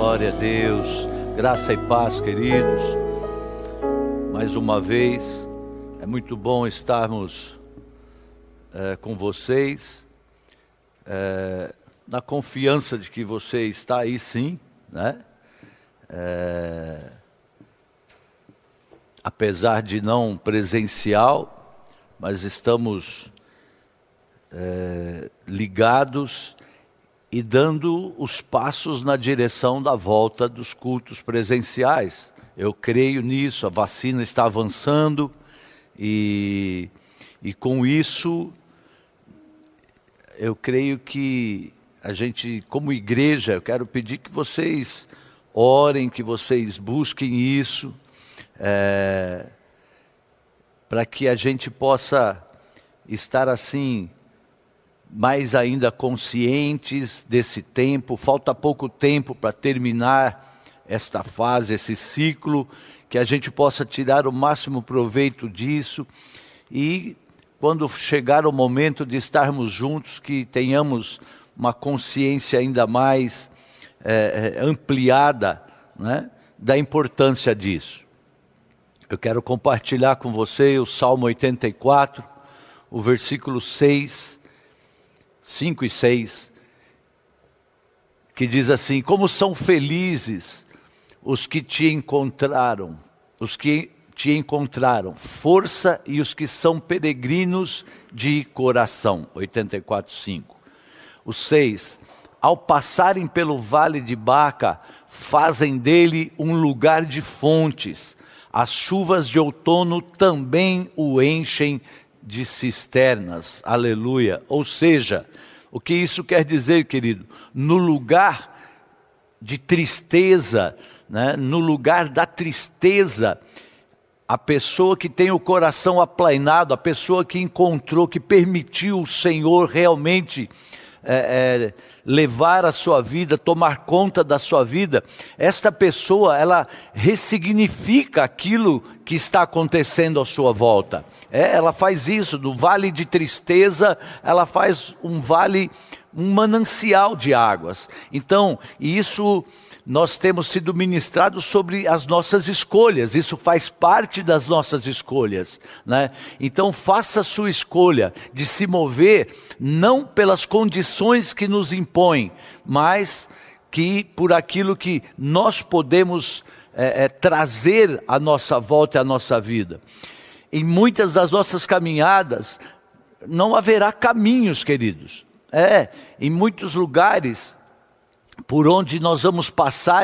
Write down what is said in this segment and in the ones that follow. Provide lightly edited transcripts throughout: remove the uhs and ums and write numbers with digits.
Glória a Deus, graça e paz, queridos. Mais uma vez, é muito bom estarmos com vocês, na confiança de que você está aí sim, né? Apesar de não presencial, mas estamos ligados e dando os passos na direção da volta dos cultos presenciais. Eu creio nisso, a vacina está avançando e com isso eu creio que a gente, como igreja, eu quero pedir que vocês orem, que vocês busquem isso, para que a gente possa estar assim, mais ainda conscientes desse tempo. Falta pouco tempo para terminar esta fase, esse ciclo, que a gente possa tirar o máximo proveito disso e quando chegar o momento de estarmos juntos, que tenhamos uma consciência ainda mais ampliada, né, da importância disso. Eu quero compartilhar com você o Salmo 84, o versículo 5 e 6, que diz assim: como são felizes os que te encontraram, força e os que são peregrinos de coração. 84, 5. O 6, ao passarem pelo vale de Baca, fazem dele um lugar de fontes, as chuvas de outono também o enchem de cisternas. Aleluia. Ou seja, o que isso quer dizer, querido? No lugar de tristeza, né? No lugar da tristeza, a pessoa que tem o coração aplainado, a pessoa que encontrou, que permitiu o Senhor realmente levar a sua vida, tomar conta da sua vida, esta pessoa, ela ressignifica aquilo que está acontecendo à sua volta. Ela faz isso, do vale de tristeza, ela faz um manancial de águas. Então, isso nós temos sido ministrados sobre as nossas escolhas, isso faz parte das nossas escolhas, né? Então faça a sua escolha de se mover, não pelas condições que nos impõem, mas que por aquilo que nós podemos trazer à nossa volta e à nossa vida. Em muitas das nossas caminhadas, não haverá caminhos, queridos. Em muitos lugares por onde nós vamos passar,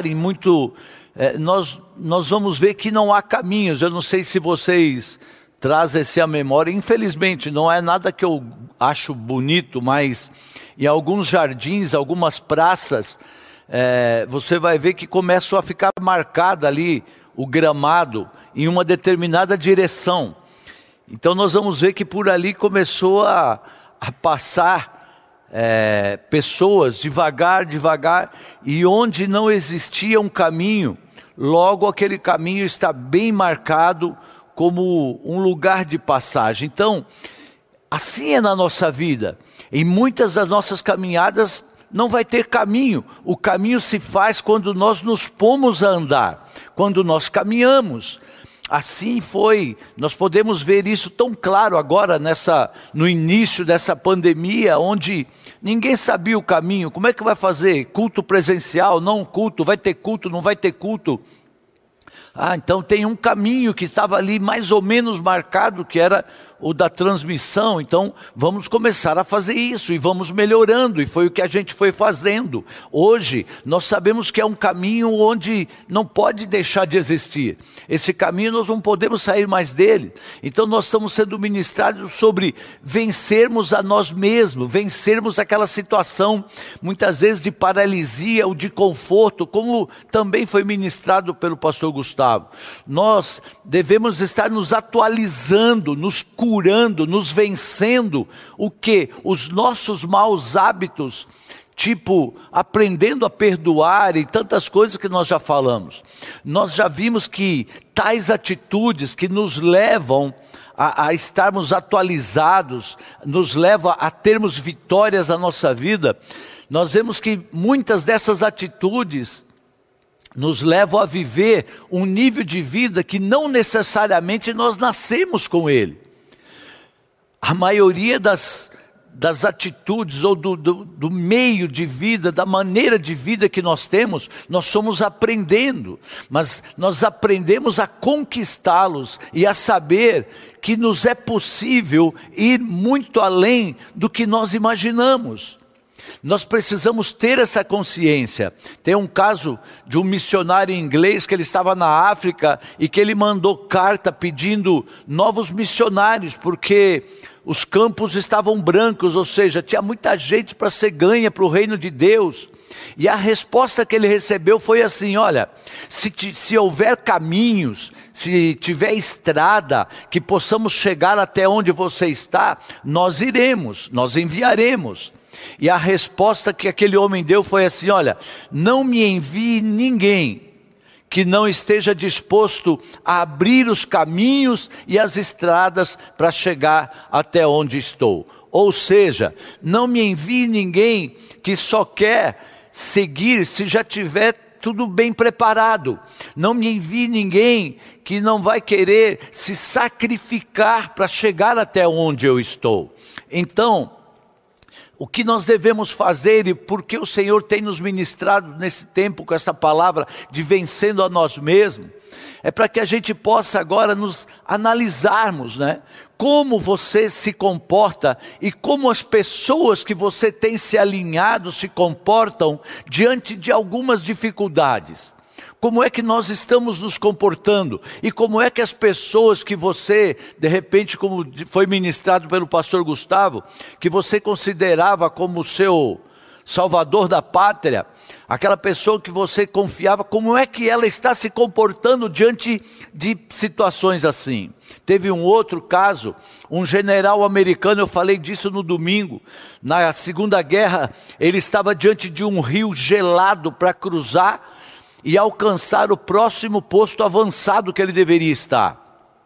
nós vamos ver que não há caminhos. Eu não sei se vocês trazem essa à memória, infelizmente não é nada que eu acho bonito, mas em alguns jardins, algumas praças, você vai ver que começam a ficar marcada ali o gramado em uma determinada direção. Então nós vamos ver que por ali começou a passar pessoas devagar, e onde não existia um caminho, logo aquele caminho está bem marcado como um lugar de passagem. Então, assim é na nossa vida. Em muitas das nossas caminhadas não vai ter caminho. O caminho se faz quando nós nos pomos a andar, quando nós caminhamos. Assim foi, nós podemos ver isso tão claro agora no início dessa pandemia, onde ninguém sabia o caminho. Como é que vai fazer? Culto presencial, não culto, vai ter culto, não vai ter culto? Então tem um caminho que estava ali mais ou menos marcado, que era o da transmissão. Então vamos começar a fazer isso e vamos melhorando, e foi o que a gente foi fazendo. Hoje nós sabemos que é um caminho onde não pode deixar de existir. Esse caminho nós não podemos sair mais dele. Então nós estamos sendo ministrados sobre vencermos a nós mesmos, vencermos aquela situação muitas vezes de paralisia ou de conforto, como também foi ministrado pelo pastor Gustavo. Nós devemos estar nos atualizando, nos curando, nos vencendo. O que? Os nossos maus hábitos, tipo aprendendo a perdoar e tantas coisas que nós já falamos. Nós já vimos que tais atitudes que nos levam a estarmos atualizados, nos leva a termos vitórias na nossa vida. Nós vemos que muitas dessas atitudes nos levam a viver um nível de vida que não necessariamente nós nascemos com ele. A maioria das atitudes ou do meio de vida, da maneira de vida que nós temos, nós somos aprendendo, mas nós aprendemos a conquistá-los e a saber que nos é possível ir muito além do que nós imaginamos. Nós precisamos ter essa consciência. Tem um caso de um missionário inglês que ele estava na África e que ele mandou carta pedindo novos missionários, porque os campos estavam brancos, ou seja, tinha muita gente para ser ganha para o reino de Deus. E a resposta que ele recebeu foi assim: olha, se houver caminhos, se tiver estrada, que possamos chegar até onde você está, nós iremos, nós enviaremos. E a resposta que aquele homem deu foi assim: olha, não me envie ninguém que não esteja disposto a abrir os caminhos e as estradas para chegar até onde estou. Ou seja, não me envie ninguém que só quer seguir se já tiver tudo bem preparado. Não me envie ninguém que não vai querer se sacrificar para chegar até onde eu estou. Então, o que nós devemos fazer, e porque o Senhor tem nos ministrado nesse tempo com essa palavra de vencendo a nós mesmos, é para que a gente possa agora nos analisarmos, né? Como você se comporta e como as pessoas que você tem se alinhado se comportam diante de algumas dificuldades. Como é que nós estamos nos comportando? E como é que as pessoas que você, de repente, como foi ministrado pelo pastor Gustavo, que você considerava como seu salvador da pátria, aquela pessoa que você confiava, como é que ela está se comportando diante de situações assim? Teve um outro caso, um general americano, eu falei disso no domingo, na Segunda Guerra, ele estava diante de um rio gelado para cruzar e alcançar o próximo posto avançado que ele deveria estar.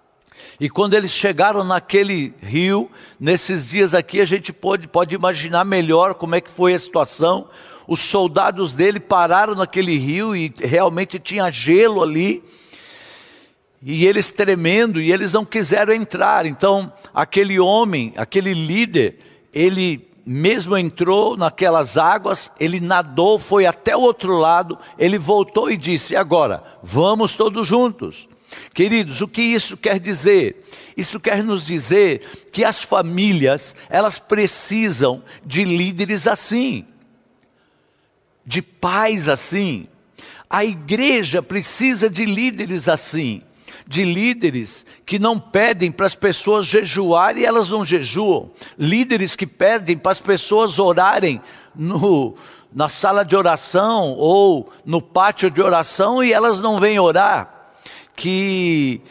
E quando eles chegaram naquele rio, nesses dias aqui a gente pode imaginar melhor como é que foi a situação. Os soldados dele pararam naquele rio e realmente tinha gelo ali, e eles tremendo, e eles não quiseram entrar. Então aquele homem, aquele líder, ele mesmo entrou naquelas águas, ele nadou, foi até o outro lado, ele voltou e disse: agora, vamos todos juntos. Queridos, o que isso quer dizer? Isso quer nos dizer que as famílias, elas precisam de líderes assim, de pais assim. A igreja precisa de líderes assim, de líderes que não pedem para as pessoas jejuarem e elas não jejuam, líderes que pedem para as pessoas orarem na sala de oração ou no pátio de oração e elas não vêm orar, que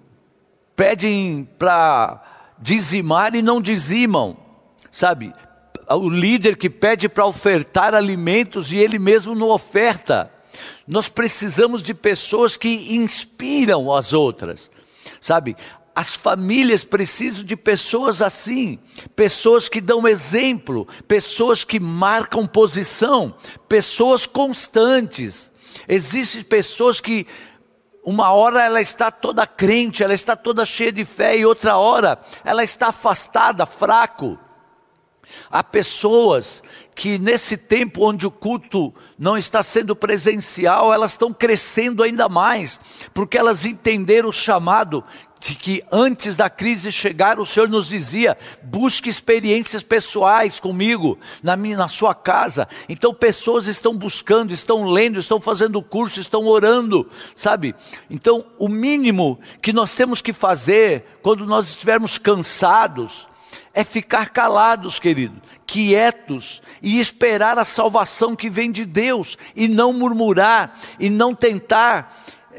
pedem para dizimar e não dizimam, sabe? O líder que pede para ofertar alimentos e ele mesmo não oferta. Nós precisamos de pessoas que inspiram as outras, sabe? As famílias precisam de pessoas assim, pessoas que dão exemplo, pessoas que marcam posição, pessoas constantes. Existem pessoas que uma hora ela está toda crente, ela está toda cheia de fé, e outra hora ela está afastada, fraco. Há pessoas que nesse tempo onde o culto não está sendo presencial, elas estão crescendo ainda mais, porque elas entenderam o chamado de que antes da crise chegar, o Senhor nos dizia: busque experiências pessoais comigo, na sua casa. Então pessoas estão buscando, estão lendo, estão fazendo curso, estão orando, sabe? Então o mínimo que nós temos que fazer, quando nós estivermos cansados, é ficar calados, querido, quietos, e esperar a salvação que vem de Deus, e não murmurar, e não tentar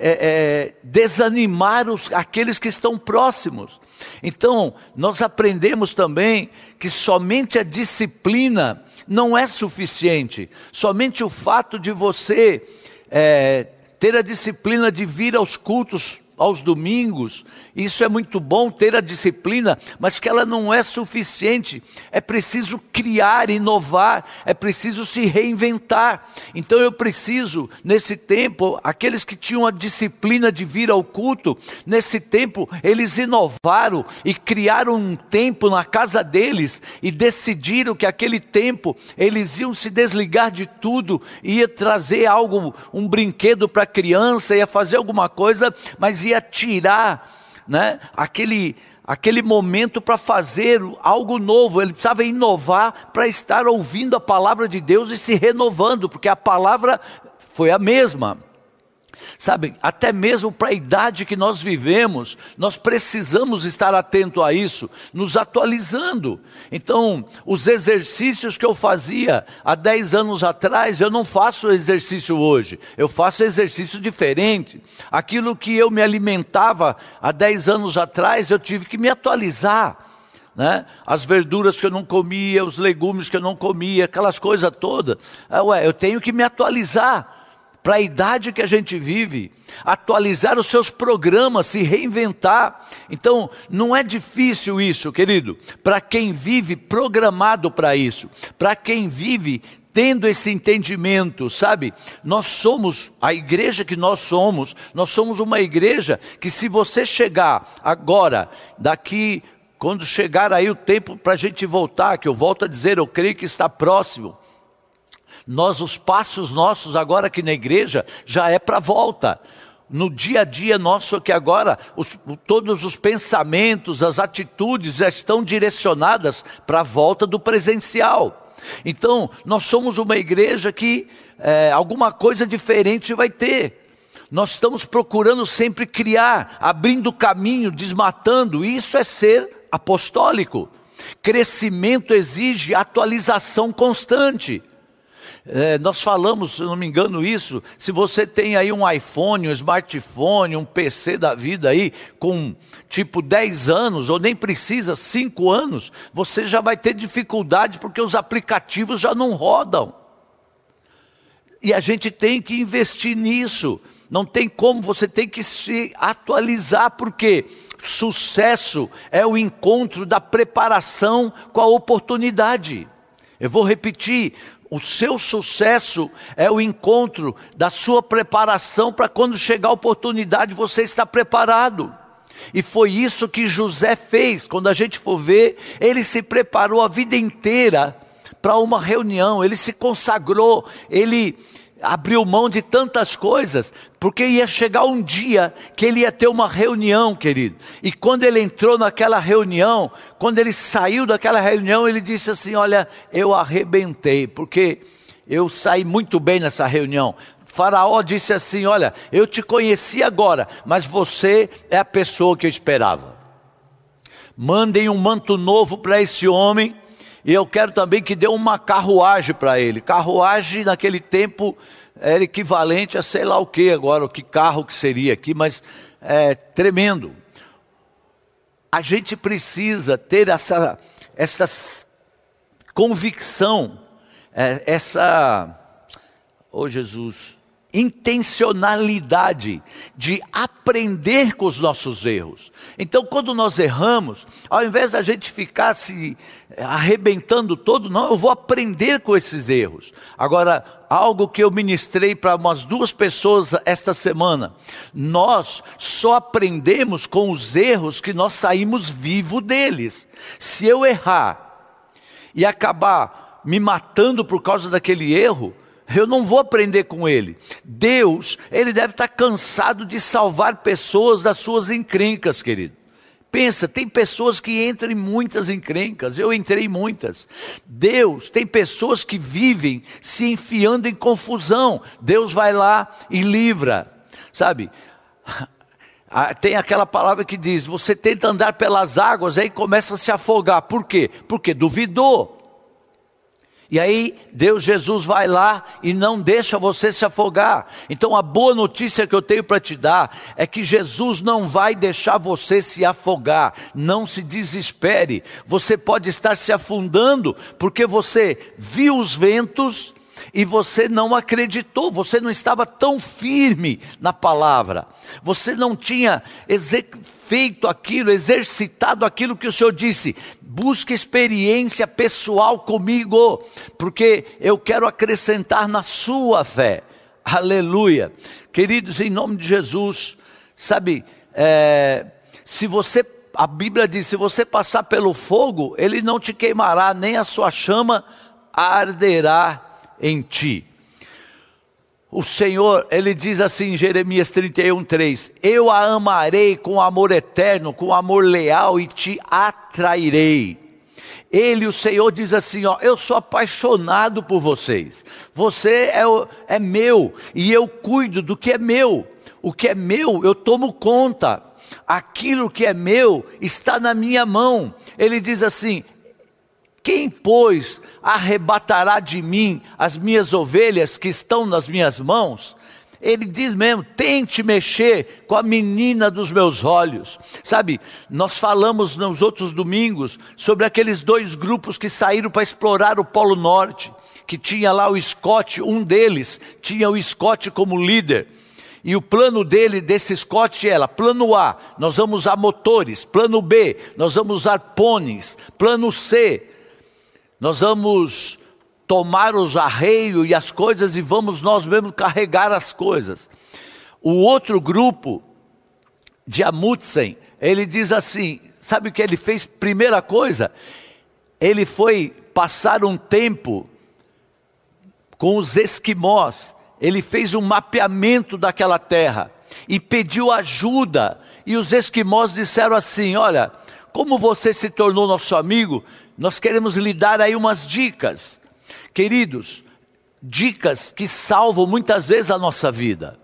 desanimar aqueles que estão próximos. Então nós aprendemos também que somente a disciplina não é suficiente, somente o fato de você ter a disciplina de vir aos cultos aos domingos. Isso é muito bom, ter a disciplina, mas que ela não é suficiente. É preciso criar, inovar, é preciso se reinventar. Então eu preciso, nesse tempo, aqueles que tinham a disciplina de vir ao culto, nesse tempo eles inovaram e criaram um tempo na casa deles e decidiram que aquele tempo eles iam se desligar de tudo, ia trazer algo, um brinquedo para a criança, ia fazer alguma coisa, mas ia tirar, né, aquele momento para fazer algo novo. Ele precisava inovar para estar ouvindo a palavra de Deus e se renovando, porque a palavra foi a mesma. Sabe, até mesmo para a idade que nós vivemos, nós precisamos estar atento a isso, nos atualizando. Então, os exercícios que eu fazia há 10 anos atrás, eu não faço exercício hoje, eu faço exercício diferente. Aquilo que eu me alimentava há 10 anos atrás, eu tive que me atualizar, né? As verduras que eu não comia, os legumes que eu não comia, aquelas coisas todas. Eu tenho que me atualizar para a idade que a gente vive, atualizar os seus programas, se reinventar. Então, não é difícil isso, querido, para quem vive programado para isso, para quem vive tendo esse entendimento, sabe? Nós somos, a igreja que nós somos uma igreja que, se você chegar agora, daqui, quando chegar aí o tempo para a gente voltar, que eu volto a dizer, eu creio que está próximo, os passos nossos agora aqui na igreja já é para a volta. No dia a dia nosso que agora, todos os pensamentos, as atitudes já estão direcionadas para a volta do presencial. Então, nós somos uma igreja que alguma coisa diferente vai ter. Nós estamos procurando sempre criar, abrindo caminho, desmatando. Isso é ser apostólico. Crescimento exige atualização constante. Nós falamos, se não me engano isso, se você tem aí um iPhone, um smartphone, um PC da vida aí, com tipo 10 anos, ou nem precisa, 5 anos, você já vai ter dificuldade porque os aplicativos já não rodam. E a gente tem que investir nisso, não tem como, você tem que se atualizar, porque sucesso é o encontro da preparação com a oportunidade. Eu vou repetir, o seu sucesso é o encontro da sua preparação para quando chegar a oportunidade você estar preparado. E foi isso que José fez. Quando a gente for ver, ele se preparou a vida inteira para uma reunião, ele se consagrou, ele abriu mão de tantas coisas, porque ia chegar um dia que ele ia ter uma reunião, querido. E quando ele entrou naquela reunião, quando ele saiu daquela reunião, ele disse assim: olha, eu arrebentei, porque eu saí muito bem nessa reunião. Faraó disse assim: olha, eu te conheci agora, mas você é a pessoa que eu esperava. Mandem um manto novo para esse homem, e eu quero também que dê uma carruagem para ele. Carruagem naquele tempo era equivalente a sei lá o que agora, o que carro que seria aqui, mas é tremendo. A gente precisa ter essa convicção, intencionalidade de aprender com os nossos erros. Então, quando nós erramos, ao invés da gente ficar se arrebentando todo, não, eu vou aprender com esses erros. Agora, algo que eu ministrei para umas 2 pessoas esta semana: nós só aprendemos com os erros que nós saímos vivos deles. Se eu errar e acabar me matando por causa daquele erro, eu não vou aprender com ele. Deus, ele deve estar cansado de salvar pessoas das suas encrencas, querido. Pensa, tem pessoas que entram em muitas encrencas, eu entrei em muitas. Deus, tem pessoas que vivem se enfiando em confusão. Deus vai lá e livra, sabe? Tem aquela palavra que diz: você tenta andar pelas águas, aí começa a se afogar. Por quê? Porque duvidou. E aí Jesus vai lá e não deixa você se afogar. Então a boa notícia que eu tenho para te dar é que Jesus não vai deixar você se afogar. Não se desespere. Você pode estar se afundando porque você viu os ventos, e você não acreditou, você não estava tão firme na palavra, você não tinha feito aquilo, exercitado aquilo que o Senhor disse. Busque experiência pessoal comigo, porque eu quero acrescentar na sua fé. Aleluia. Queridos, em nome de Jesus, sabe, a Bíblia diz, se você passar pelo fogo, ele não te queimará, nem a sua chama arderá em ti. O Senhor, ele diz assim em Jeremias 31:3, eu a amarei com amor eterno, com amor leal e te atrairei. Ele, o Senhor, diz assim, ó, eu sou apaixonado por vocês, você é meu, e eu cuido do que é meu. O que é meu, eu tomo conta. Aquilo que é meu está na minha mão. Ele diz assim, quem, pois, arrebatará de mim as minhas ovelhas que estão nas minhas mãos? Ele diz mesmo, tente mexer com a menina dos meus olhos. Sabe, nós falamos nos outros domingos sobre aqueles 2 grupos que saíram para explorar o Polo Norte, que tinha lá o Scott, um deles tinha o Scott como líder. E o plano desse Scott era, plano A, nós vamos usar motores, plano B, nós vamos usar pôneis, plano C, nós vamos tomar os arreios e as coisas e vamos nós mesmos carregar as coisas. O outro grupo, de Amundsen, ele diz assim, sabe o que ele fez? Primeira coisa, ele foi passar um tempo com os esquimós. Ele fez um mapeamento daquela terra e pediu ajuda. E os esquimós disseram assim, olha, como você se tornou nosso amigo, nós queremos lhe dar aí umas dicas. Queridos, dicas que salvam muitas vezes a nossa vida.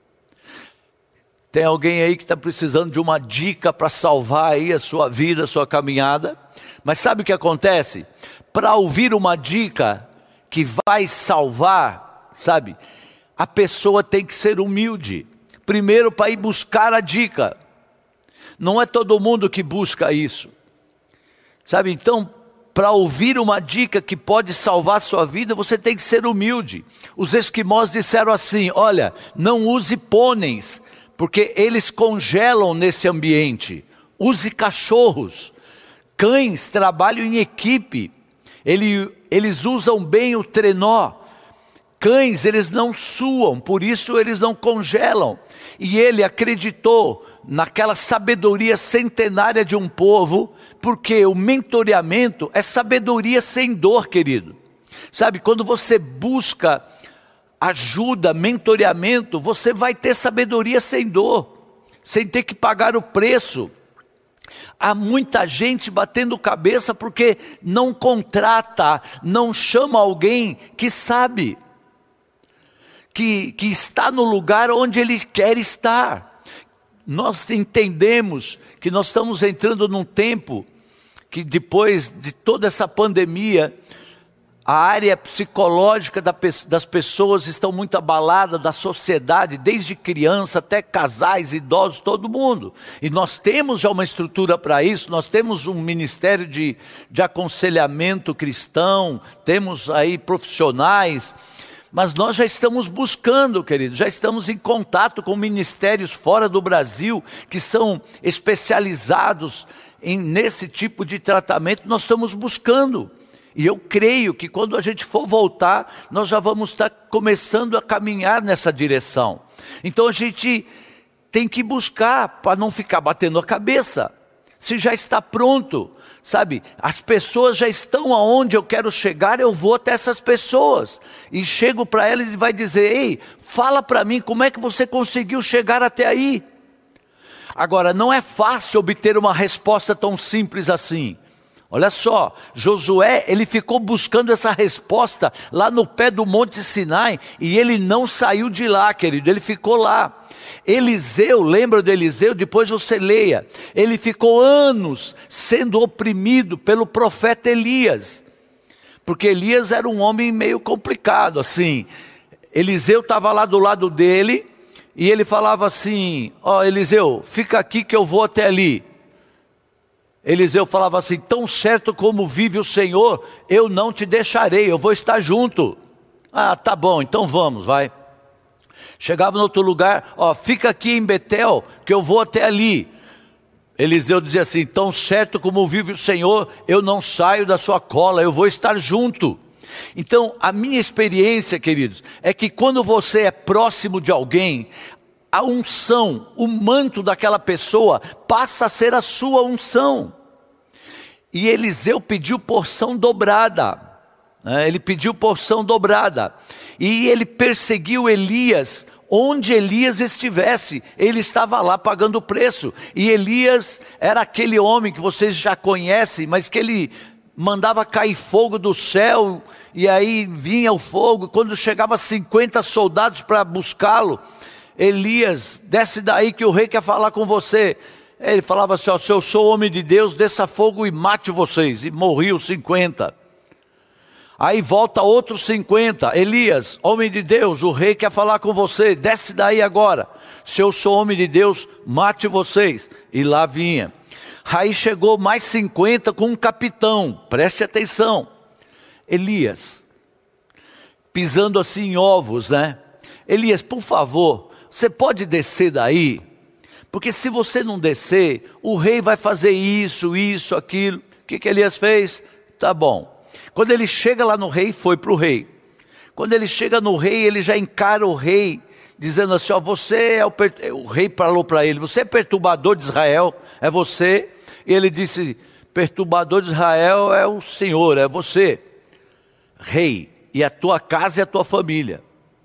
Tem alguém aí que está precisando de uma dica para salvar aí a sua vida, a sua caminhada? Mas sabe o que acontece? Para ouvir uma dica que vai salvar, sabe? A pessoa tem que ser humilde, primeiro para ir buscar a dica. Não é todo mundo que busca isso, sabe? Então, para ouvir uma dica que pode salvar a sua vida, você tem que ser humilde. Os esquimós disseram assim, olha, não use pôneis, porque eles congelam nesse ambiente. Use cachorros, cães trabalham em equipe, eles usam bem o trenó. Cães, eles não suam, por isso eles não congelam. E ele acreditou naquela sabedoria centenária de um povo, porque o mentoreamento é sabedoria sem dor, querido. Sabe, quando você busca ajuda, mentoreamento, você vai ter sabedoria sem dor, sem ter que pagar o preço. Há muita gente batendo cabeça porque não contrata, não chama alguém que sabe. Que está no lugar onde ele quer estar. Nós entendemos que nós estamos entrando num tempo que depois de toda essa pandemia, a área psicológica das pessoas estão muito abalada, da sociedade, desde criança até casais, idosos, todo mundo. E nós temos já uma estrutura para isso, nós temos um ministério de aconselhamento cristão, temos aí profissionais. Mas nós já estamos buscando, querido, já estamos em contato com ministérios fora do Brasil, que são especializados nesse tipo de tratamento, nós estamos buscando. E eu creio que quando a gente for voltar, nós já vamos estar começando a caminhar nessa direção. Então a gente tem que buscar, para não ficar batendo a cabeça. Se já está pronto, sabe, as pessoas já estão aonde eu quero chegar, eu vou até essas pessoas, e chego para elas e vai dizer, ei, fala para mim, como é que você conseguiu chegar até aí? Agora, não é fácil obter uma resposta tão simples assim. Olha só, Josué, ele ficou buscando essa resposta lá no pé do Monte Sinai, e ele não saiu de lá, querido, ele ficou lá. Eliseu, lembra de Eliseu? Depois você leia, ele ficou anos sendo oprimido pelo profeta Elias, porque Elias era um homem meio complicado assim. Eliseu estava lá do lado dele, e ele falava assim, ó Eliseu, fica aqui que eu vou até ali. Eliseu falava assim, tão certo como vive o Senhor, eu não te deixarei, eu vou estar junto. Ah, tá bom, então vamos, vai. Chegava no outro lugar, ó, fica aqui em Betel, que eu vou até ali. Eliseu dizia assim, tão certo como vive o Senhor, eu não saio da sua cola, eu vou estar junto. Então, a minha experiência, queridos, é que quando você é próximo de alguém, a unção, o manto daquela pessoa passa a ser a sua unção. E Eliseu pediu porção dobrada. Ele pediu porção dobrada. E ele perseguiu Elias onde Elias estivesse. Ele estava lá pagando o preço. E Elias era aquele homem que vocês já conhecem, mas que ele mandava cair fogo do céu, e aí vinha o fogo. Quando chegava 50 soldados para buscá-lo, Elias, desce daí que o rei quer falar com você. Ele falava assim, ó, se eu sou homem de Deus, desça fogo e mate vocês. E morriam 50. Aí volta outros 50, Elias, homem de Deus, o rei quer falar com você, desce daí agora. Se eu sou homem de Deus, mate vocês. E lá vinha. Aí chegou mais 50 com um capitão, preste atenção. Elias, pisando assim em ovos, né? Elias, por favor, você pode descer daí? Porque se você não descer, o rei vai fazer isso, aquilo. O que Elias fez? Tá bom. Quando ele chega lá no rei, foi para o rei. Quando ele chega no rei, ele já encara o rei, dizendo assim, ó, você é o rei falou para ele, você é perturbador de Israel, é você. E ele disse, perturbador de Israel é o Senhor, é você, rei, e a tua casa e a tua família.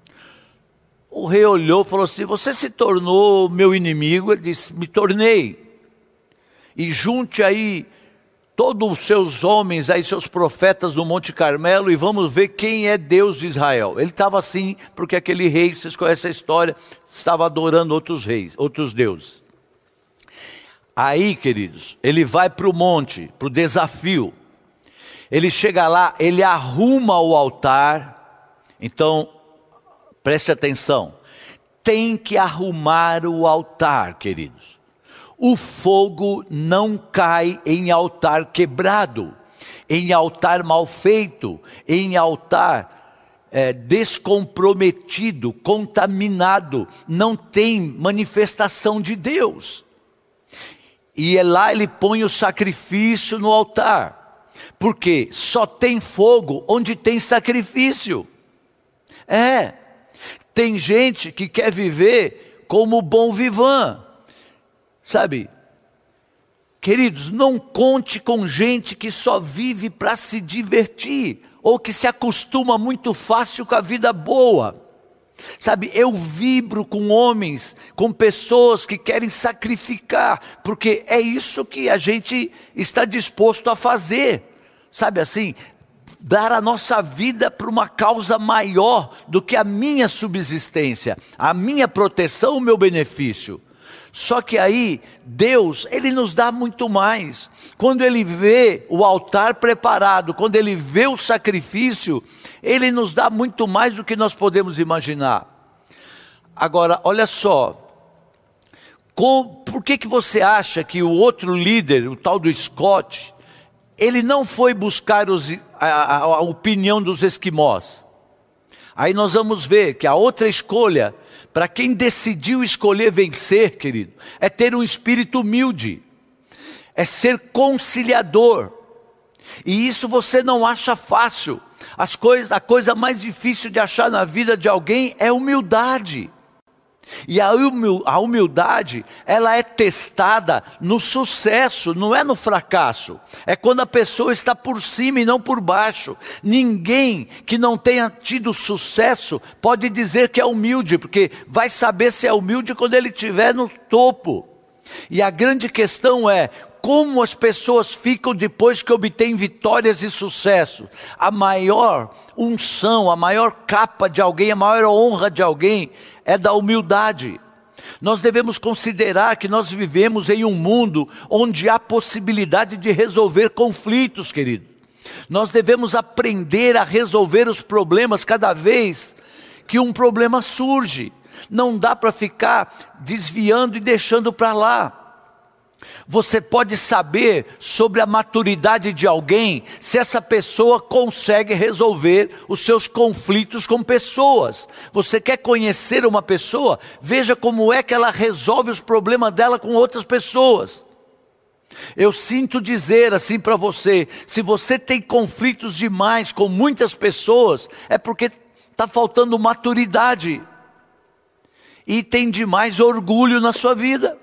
O rei olhou e falou assim, você se tornou meu inimigo? Ele disse, me tornei. E junte aí todos os seus homens, aí seus profetas do Monte Carmelo, e vamos ver quem é Deus de Israel. Ele estava assim, porque aquele rei, vocês conhecem a história, estava adorando outros reis, outros deuses. Aí, queridos, ele vai para o monte, para o desafio. Ele chega lá, ele arruma o altar. Então, preste atenção, tem que arrumar o altar, queridos. O fogo não cai em altar quebrado, em altar mal feito, em altar descomprometido, contaminado. Não tem manifestação de Deus. E lá ele põe o sacrifício no altar, porque só tem fogo onde tem sacrifício. Tem gente que quer viver como bom vivant. Sabe, queridos, não conte com gente que só vive para se divertir, ou que se acostuma muito fácil com a vida boa. Sabe, eu vibro com homens, com pessoas que querem sacrificar, porque é isso que a gente está disposto a fazer. Sabe assim, dar a nossa vida para uma causa maior do que a minha subsistência, a minha proteção, o meu benefício. Só que aí, Deus, Ele nos dá muito mais. Quando Ele vê o altar preparado, quando Ele vê o sacrifício, Ele nos dá muito mais do que nós podemos imaginar. Agora, olha só, por que você acha que o outro líder, o tal do Scott, ele não foi buscar a opinião dos esquimós? Aí nós vamos ver que a outra escolha, para quem decidiu escolher vencer, querido, é ter um espírito humilde, é ser conciliador. E isso você não acha fácil. A coisa mais difícil de achar na vida de alguém é humildade. E a humildade, ela é testada no sucesso, não é no fracasso. É quando a pessoa está por cima e não por baixo. Ninguém que não tenha tido sucesso pode dizer que é humilde, porque vai saber se é humilde quando ele estiver no topo. E a grande questão é, como as pessoas ficam depois que obtêm vitórias e sucesso? A maior unção, a maior capa de alguém, a maior honra de alguém é da humildade. Nós devemos considerar que nós vivemos em um mundo onde há possibilidade de resolver conflitos, querido. Nós devemos aprender a resolver os problemas cada vez que um problema surge. Não dá para ficar desviando e deixando para lá. Você pode saber sobre a maturidade de alguém se essa pessoa consegue resolver os seus conflitos com pessoas. Você quer conhecer uma pessoa? Veja como é que ela resolve os problemas dela com outras pessoas. Eu sinto dizer assim para você, se você tem conflitos demais com muitas pessoas, é porque está faltando maturidade. E tem demais orgulho na sua vida.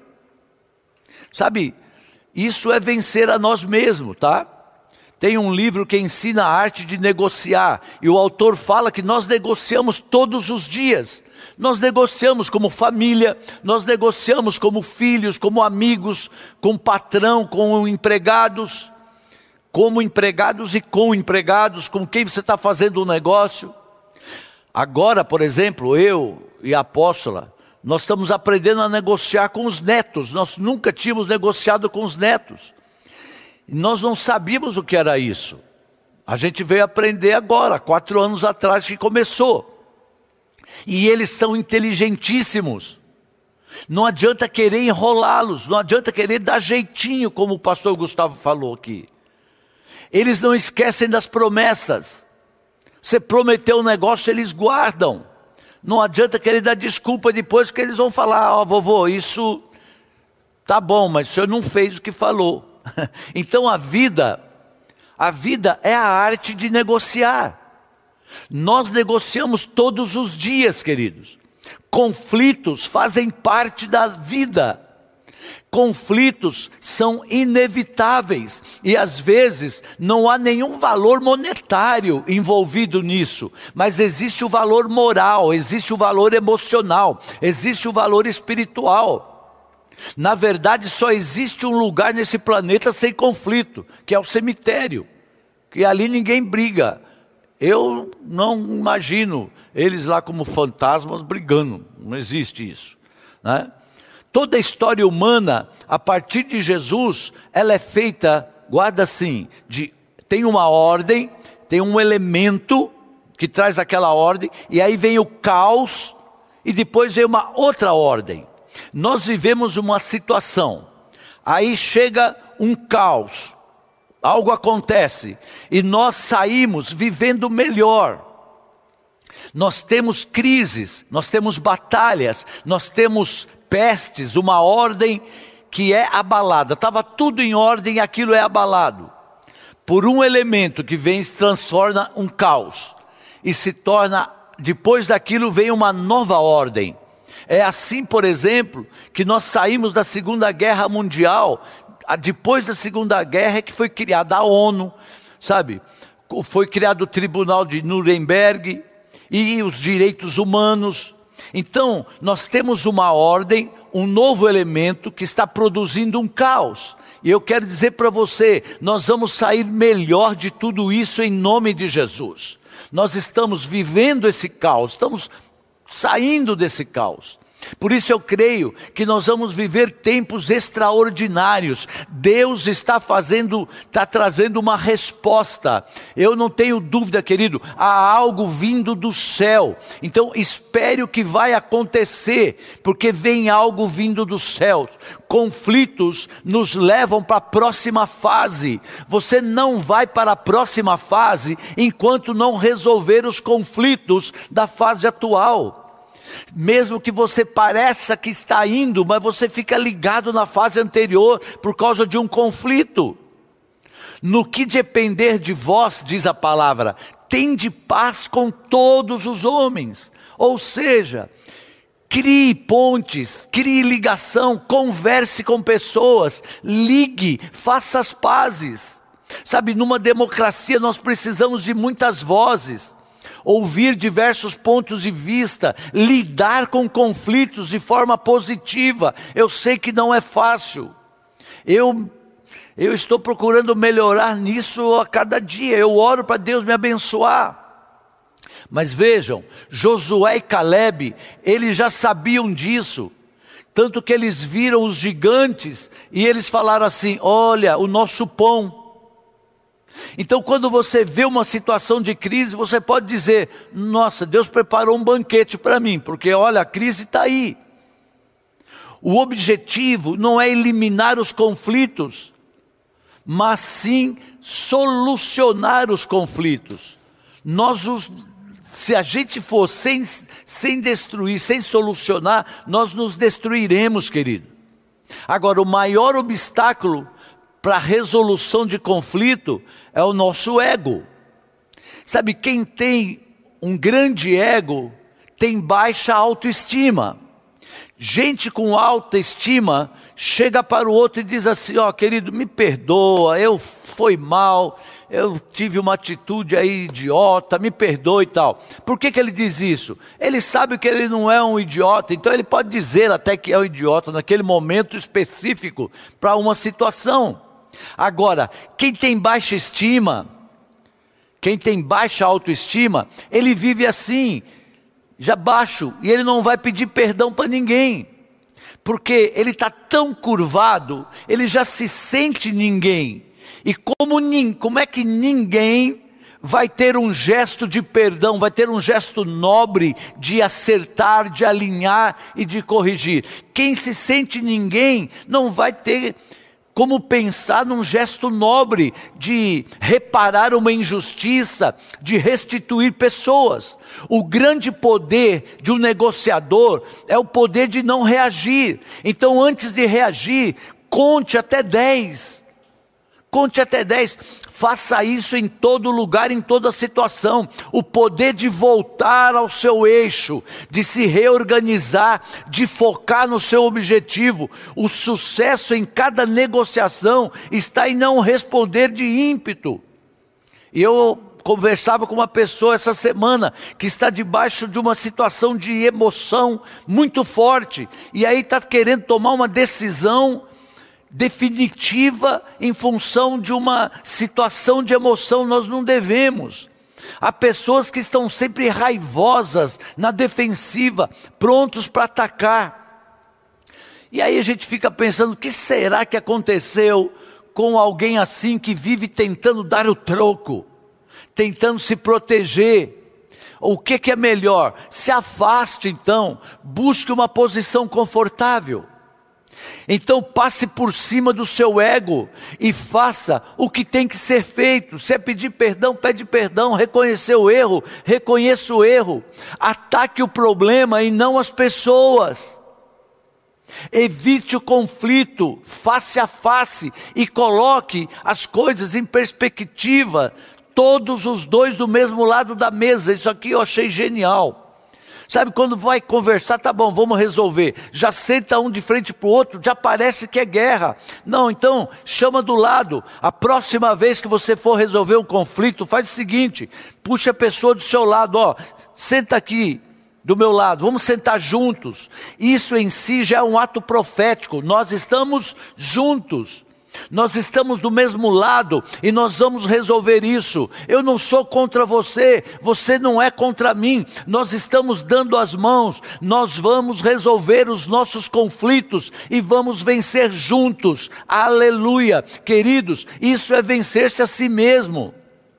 Sabe, isso é vencer a nós mesmos, tá? Tem um livro que ensina a arte de negociar, e o autor fala que nós negociamos todos os dias. Nós negociamos como família, nós negociamos como filhos, como amigos, com patrão, com empregados, como empregados e com empregados, com quem você está fazendo um negócio. Agora, por exemplo, eu e a apóstola, nós estamos aprendendo a negociar com os netos. Nós nunca tínhamos negociado com os netos. Nós não sabíamos o que era isso. A gente veio aprender agora, 4 anos atrás que começou. E eles são inteligentíssimos. Não adianta querer enrolá-los, não adianta querer dar jeitinho, como o pastor Gustavo falou aqui. Eles não esquecem das promessas. Você prometeu um negócio, eles guardam. Não adianta querer dar desculpa depois, porque eles vão falar, ó, vovô, isso tá bom, mas o senhor não fez o que falou. Então a vida é a arte de negociar. Nós negociamos todos os dias, queridos. Conflitos fazem parte da vida. Conflitos são inevitáveis e às vezes não há nenhum valor monetário envolvido nisso, mas existe o valor moral, existe o valor emocional, existe o valor espiritual. Na verdade, só existe um lugar nesse planeta sem conflito, que é o cemitério, que ali ninguém briga. Eu não imagino eles lá como fantasmas brigando, não existe isso, né? Toda a história humana, a partir de Jesus, ela é feita, guarda assim, tem uma ordem, tem um elemento que traz aquela ordem, e aí vem o caos, e depois vem uma outra ordem. Nós vivemos uma situação, aí chega um caos, algo acontece, e nós saímos vivendo melhor. Nós temos crises, nós temos batalhas, nós temos pestes, uma ordem que é abalada. Estava tudo em ordem e aquilo é abalado. Por um elemento que vem e se transforma um caos. E se torna, depois daquilo vem uma nova ordem. É assim, por exemplo, que nós saímos da Segunda Guerra Mundial. Depois da Segunda Guerra é que foi criada a ONU, sabe? Foi criado o Tribunal de Nuremberg e os direitos humanos. Então, nós temos uma ordem, um novo elemento que está produzindo um caos. E eu quero dizer para você, nós vamos sair melhor de tudo isso em nome de Jesus. Nós estamos vivendo esse caos, estamos saindo desse caos. Por isso eu creio que nós vamos viver tempos extraordinários. Deus está trazendo uma resposta. Eu não tenho dúvida, querido, há algo vindo do céu. Então espere o que vai acontecer, porque vem algo vindo dos céus. Conflitos nos levam para a próxima fase. Você não vai para a próxima fase enquanto não resolver os conflitos da fase atual. Mesmo que você pareça que está indo, mas você fica ligado na fase anterior por causa de um conflito. No que depender de vós, diz a palavra, tende paz com todos os homens. Ou seja, crie pontes, crie ligação, converse com pessoas, ligue, faça as pazes. Sabe, numa democracia nós precisamos de muitas vozes. Ouvir diversos pontos de vista, lidar com conflitos de forma positiva. Eu sei que não é fácil. Eu estou procurando melhorar nisso a cada dia. Eu oro para Deus me abençoar. Mas vejam, Josué e Caleb, eles já sabiam disso. Tanto que eles viram os gigantes e eles falaram assim, olha, o nosso pão. Então quando você vê uma situação de crise, você pode dizer, nossa, Deus preparou um banquete para mim, porque olha, a crise está aí. O objetivo não é eliminar os conflitos, mas sim solucionar os conflitos. Se a gente for sem destruir, sem solucionar, nós nos destruiremos, querido. Agora, o maior obstáculo para a resolução de conflito é o nosso ego. Sabe, quem tem um grande ego tem baixa autoestima. Gente com alta estima chega para o outro e diz assim: ó, querido, me perdoa, foi mal, eu tive uma atitude aí idiota, me perdoa e tal. Por que ele diz isso? Ele sabe que ele não é um idiota, então ele pode dizer até que é um idiota naquele momento específico para uma situação. Agora, quem tem baixa estima, quem tem baixa autoestima, ele vive assim, já baixo, e ele não vai pedir perdão para ninguém, porque ele está tão curvado, ele já se sente ninguém. E como é que ninguém vai ter um gesto de perdão, vai ter um gesto nobre de acertar, de alinhar e de corrigir? Quem se sente ninguém não vai ter como pensar num gesto nobre de reparar uma injustiça, de restituir pessoas. O grande poder de um negociador é o poder de não reagir. Então, antes de reagir, conte até 10. Conte até 10, faça isso em todo lugar, em toda situação. O poder de voltar ao seu eixo, de se reorganizar, de focar no seu objetivo. O sucesso em cada negociação está em não responder de ímpeto. E eu conversava com uma pessoa essa semana que está debaixo de uma situação de emoção muito forte. E aí está querendo tomar uma decisão definitiva em função de uma situação de emoção. Nós não devemos. Há pessoas que estão sempre raivosas, na defensiva, prontos para atacar. E aí a gente fica pensando: o que será que aconteceu com alguém assim que vive tentando dar o troco, tentando se proteger? O que é melhor? Se afaste então, busque uma posição confortável. Então passe por cima do seu ego e faça o que tem que ser feito. Se é pedir perdão, pede perdão. Reconhecer o erro, reconheça o erro. Ataque o problema e não as pessoas. Evite o conflito face a face e coloque as coisas em perspectiva. Todos os dois do mesmo lado da mesa. Isso aqui eu achei genial. Sabe, quando vai conversar, tá bom, vamos resolver. Já senta um de frente para o outro, já parece que é guerra. Não, então, chama do lado. A próxima vez que você for resolver um conflito, faz o seguinte: puxa a pessoa do seu lado, ó, senta aqui do meu lado, vamos sentar juntos. Isso em si já é um ato profético. Nós estamos juntos. Nós estamos do mesmo lado e nós vamos resolver isso. Eu não sou contra você, você não é contra mim. Nós estamos dando as mãos, nós vamos resolver os nossos conflitos e vamos vencer juntos. Aleluia, queridos, isso é vencer-se a si mesmo.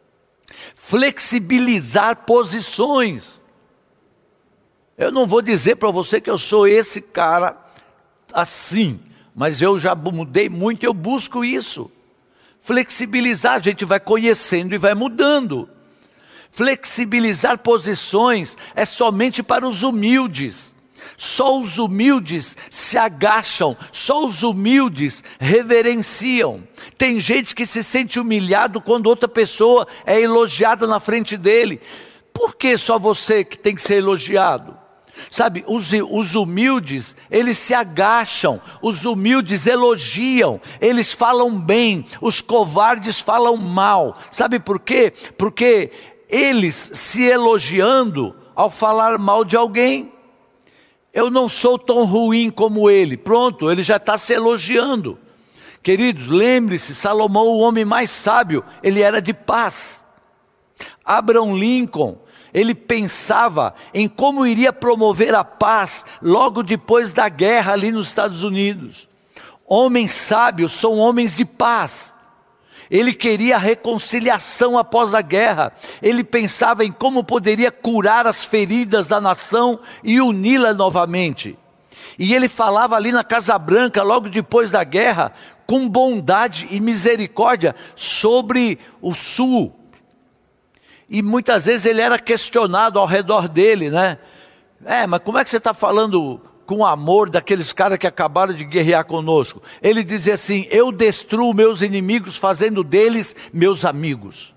Flexibilizar posições. Eu não vou dizer para você que eu sou esse cara assim, mas eu já mudei muito, eu busco isso. Flexibilizar, a gente vai conhecendo e vai mudando. Flexibilizar posições é somente para os humildes. Só os humildes se agacham, só os humildes reverenciam. Tem gente que se sente humilhado quando outra pessoa é elogiada na frente dele. Por que só você que tem que ser elogiado? Sabe, os humildes, eles se agacham, os humildes elogiam, eles falam bem, os covardes falam mal. Sabe por quê? Porque eles se elogiando ao falar mal de alguém. Eu não sou tão ruim como ele. Pronto, ele já está se elogiando. Queridos, lembre-se, Salomão, o homem mais sábio, ele era de paz. Abraham Lincoln, ele pensava em como iria promover a paz logo depois da guerra ali nos Estados Unidos. Homens sábios são homens de paz. Ele queria a reconciliação após a guerra. Ele pensava em como poderia curar as feridas da nação e uni-la novamente. E ele falava ali na Casa Branca, logo depois da guerra, com bondade e misericórdia sobre o sul. E muitas vezes ele era questionado ao redor dele, né? Mas como é que você está falando com amor daqueles caras que acabaram de guerrear conosco? Ele dizia assim: eu destruo meus inimigos fazendo deles meus amigos.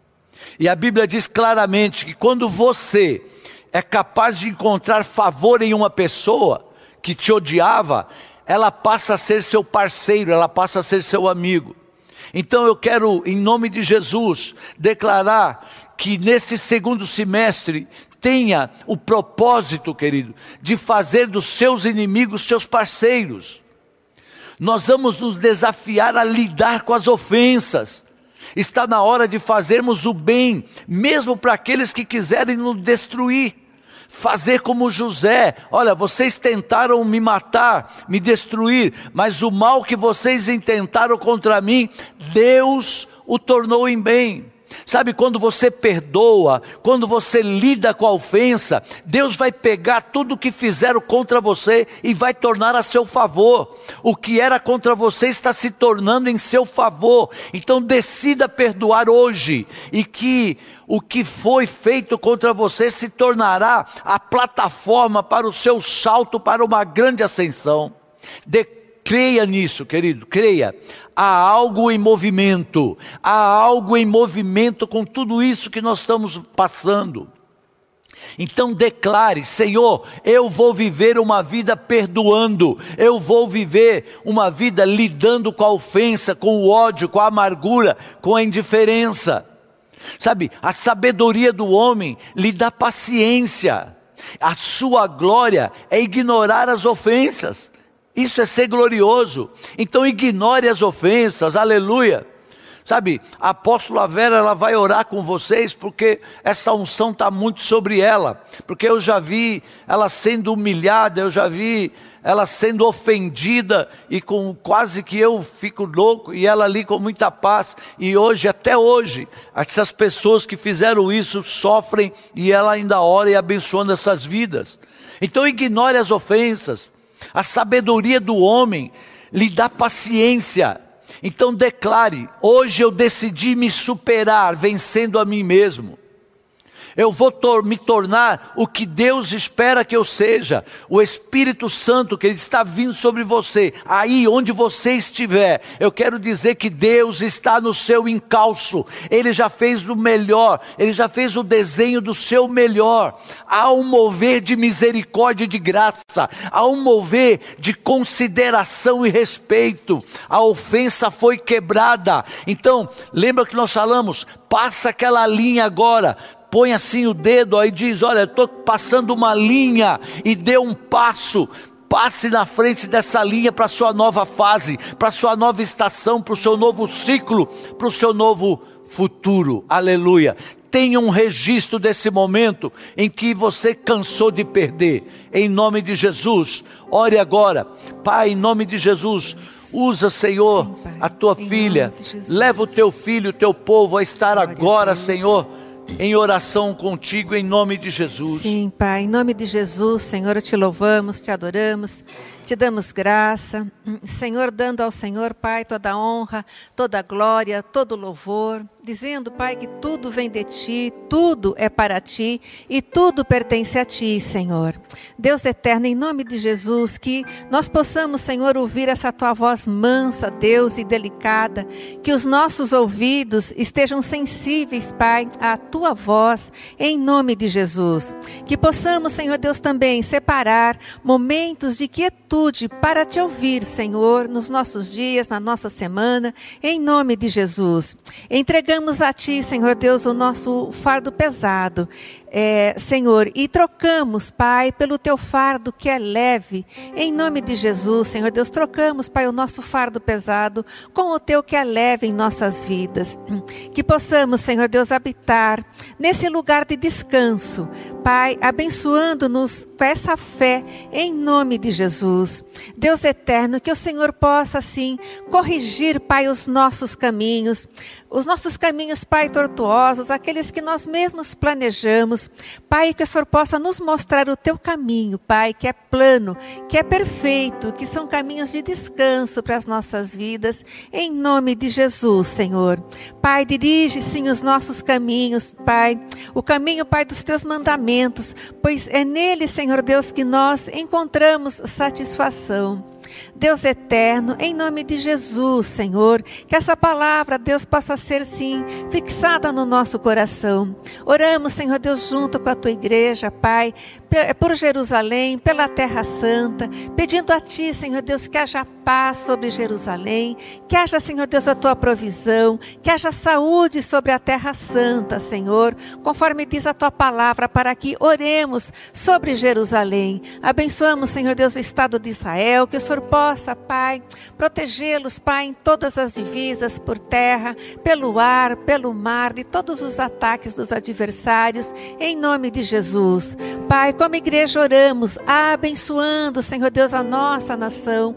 E a Bíblia diz claramente que quando você é capaz de encontrar favor em uma pessoa que te odiava, ela passa a ser seu parceiro, ela passa a ser seu amigo. Então eu quero, em nome de Jesus, declarar que nesse segundo semestre tenha o propósito, querido, de fazer dos seus inimigos seus parceiros. Nós vamos nos desafiar a lidar com as ofensas. Está na hora de fazermos o bem, mesmo para aqueles que quiserem nos destruir. Fazer como José: olha, vocês tentaram me matar, me destruir, mas o mal que vocês intentaram contra mim, Deus o tornou em bem. Sabe, quando você perdoa, quando você lida com a ofensa, Deus vai pegar tudo o que fizeram contra você e vai tornar a seu favor. O que era contra você está se tornando em seu favor. Então decida perdoar hoje, e que o que foi feito contra você se tornará a plataforma para o seu salto para uma grande ascensão. Creia nisso, querido, creia. Há algo em movimento, há algo em movimento com tudo isso que nós estamos passando. Então declare: Senhor, eu vou viver uma vida perdoando, eu vou viver uma vida lidando com a ofensa, com o ódio, com a amargura, com a indiferença. Sabe, a sabedoria do homem lhe dá paciência, a sua glória é ignorar as ofensas. Isso é ser glorioso. Então ignore as ofensas, aleluia. Sabe, a apóstola Vera, ela vai orar com vocês, porque essa unção está muito sobre ela. Porque eu já vi ela sendo humilhada, eu já vi ela sendo ofendida, e com quase que eu fico louco, e ela ali com muita paz. E hoje, até hoje, essas pessoas que fizeram isso sofrem, e ela ainda ora e abençoando essas vidas. Então ignore as ofensas. A sabedoria do homem lhe dá paciência. Então declare: hoje eu decidi me superar, vencendo a mim mesmo. Eu vou me tornar o que Deus espera que eu seja. O Espírito Santo, que Ele está vindo sobre você, aí onde você estiver, eu quero dizer que Deus está no seu encalço. Ele já fez o melhor, Ele já fez o desenho do seu melhor. Há um mover de misericórdia e de graça, há um mover de consideração e respeito. A ofensa foi quebrada. Então, lembra que nós falamos: passa aquela linha agora. Põe assim o dedo aí e diz: olha, eu estou passando uma linha, e dê um passo. Passe na frente dessa linha para a sua nova fase, para a sua nova estação, para o seu novo ciclo, para o seu novo futuro. Aleluia. Tenha um registro desse momento em que você cansou de perder. Em nome de Jesus, ore agora. Pai, em nome de Jesus, usa, Senhor, sim, a tua filha. Leva o teu filho, o teu povo a estar agora, Senhor, em oração contigo, em nome de Jesus. Sim, Pai, em nome de Jesus, Senhor, te louvamos, te adoramos, te damos graça, Senhor, dando ao Senhor, Pai, toda a honra, toda a glória, todo o louvor, dizendo, Pai, que tudo vem de Ti, tudo é para Ti e tudo pertence a Ti, Senhor. Deus eterno, em nome de Jesus, que nós possamos, Senhor, ouvir essa Tua voz mansa, Deus, e delicada, que os nossos ouvidos estejam sensíveis, Pai, à Tua voz, em nome de Jesus. Que possamos, Senhor Deus, também separar momentos de quietude para Te ouvir, Senhor, nos nossos dias, na nossa semana, em nome de Jesus. Entregamos a Ti, Senhor Deus, o nosso fardo pesado, Senhor, e trocamos, Pai, pelo Teu fardo que é leve, em nome de Jesus, Senhor Deus, trocamos, Pai, o nosso fardo pesado com o Teu que é leve em nossas vidas. Que possamos, Senhor Deus, habitar nesse lugar de descanso, Pai, abençoando-nos com essa fé, em nome de Jesus. Deus eterno, que o Senhor possa, assim, corrigir, Pai, os nossos caminhos caminhos, Pai, tortuosos, aqueles que nós mesmos planejamos. Pai, que o Senhor possa nos mostrar o teu caminho, Pai, que é plano, que é perfeito, que são caminhos de descanso para as nossas vidas, em nome de Jesus, Senhor. Pai, dirige sim os nossos caminhos, Pai, o caminho, Pai, dos teus mandamentos, pois é nele, Senhor Deus, que nós encontramos satisfação. Deus eterno, em nome de Jesus, Senhor, que essa palavra, Deus, possa ser, sim, fixada no nosso coração. Oramos, Senhor Deus, junto com a tua igreja, Pai, por Jerusalém, pela Terra Santa, pedindo a ti, Senhor Deus, que haja paz sobre Jerusalém, que haja, Senhor Deus, a tua provisão, que haja saúde sobre a Terra Santa, Senhor, conforme diz a tua palavra, para que oremos sobre Jerusalém. Abençoamos, Senhor Deus, o Estado de Israel, que o Senhor possa, Pai, protegê-los, Pai, em todas as divisas, por terra, pelo ar, pelo mar, de todos os ataques dos adversários, em nome de Jesus. Pai, como igreja oramos, abençoando, Senhor Deus, a nossa nação,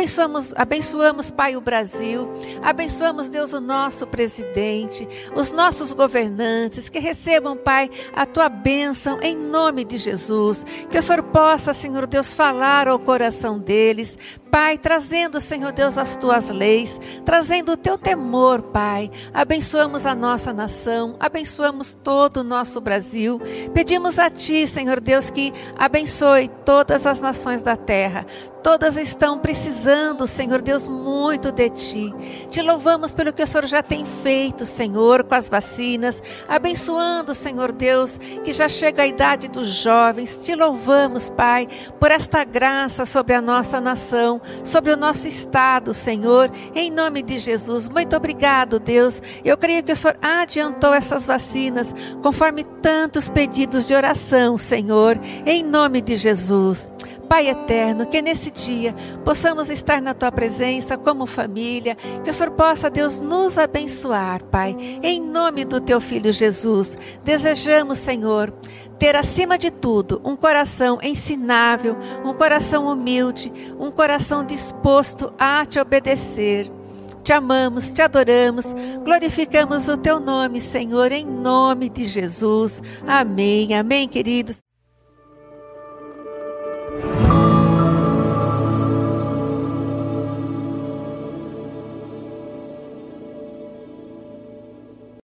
abençoamos, Pai, o Brasil, abençoamos, Deus, o nosso presidente, os nossos governantes, que recebam, Pai, a tua bênção em nome de Jesus, que o Senhor possa, Senhor Deus, falar ao coração deles, Pai, trazendo, Senhor Deus, as tuas leis, trazendo o teu temor, Pai. Abençoamos a nossa nação, abençoamos todo o nosso Brasil. Pedimos a ti, Senhor Deus, que abençoe todas as nações da terra. Todas estão precisando, Senhor Deus, muito de ti. Te louvamos pelo que o Senhor já tem feito, Senhor, com as vacinas. Abençoando, Senhor Deus, que já chega a idade dos jovens. Te louvamos, Pai, por esta graça sobre a nossa nação, sobre o nosso estado, Senhor, em nome de Jesus. Muito obrigado, Deus. Eu creio que o Senhor adiantou essas vacinas, conforme tantos pedidos de oração, Senhor, em nome de Jesus. Pai eterno, que nesse dia possamos estar na tua presença como família, que o Senhor possa, Deus, nos abençoar, Pai, em nome do teu Filho Jesus. Desejamos, Senhor, ter acima de tudo um coração ensinável, um coração humilde, um coração disposto a te obedecer. Te amamos, te adoramos, glorificamos o teu nome, Senhor, em nome de Jesus. Amém, amém, queridos.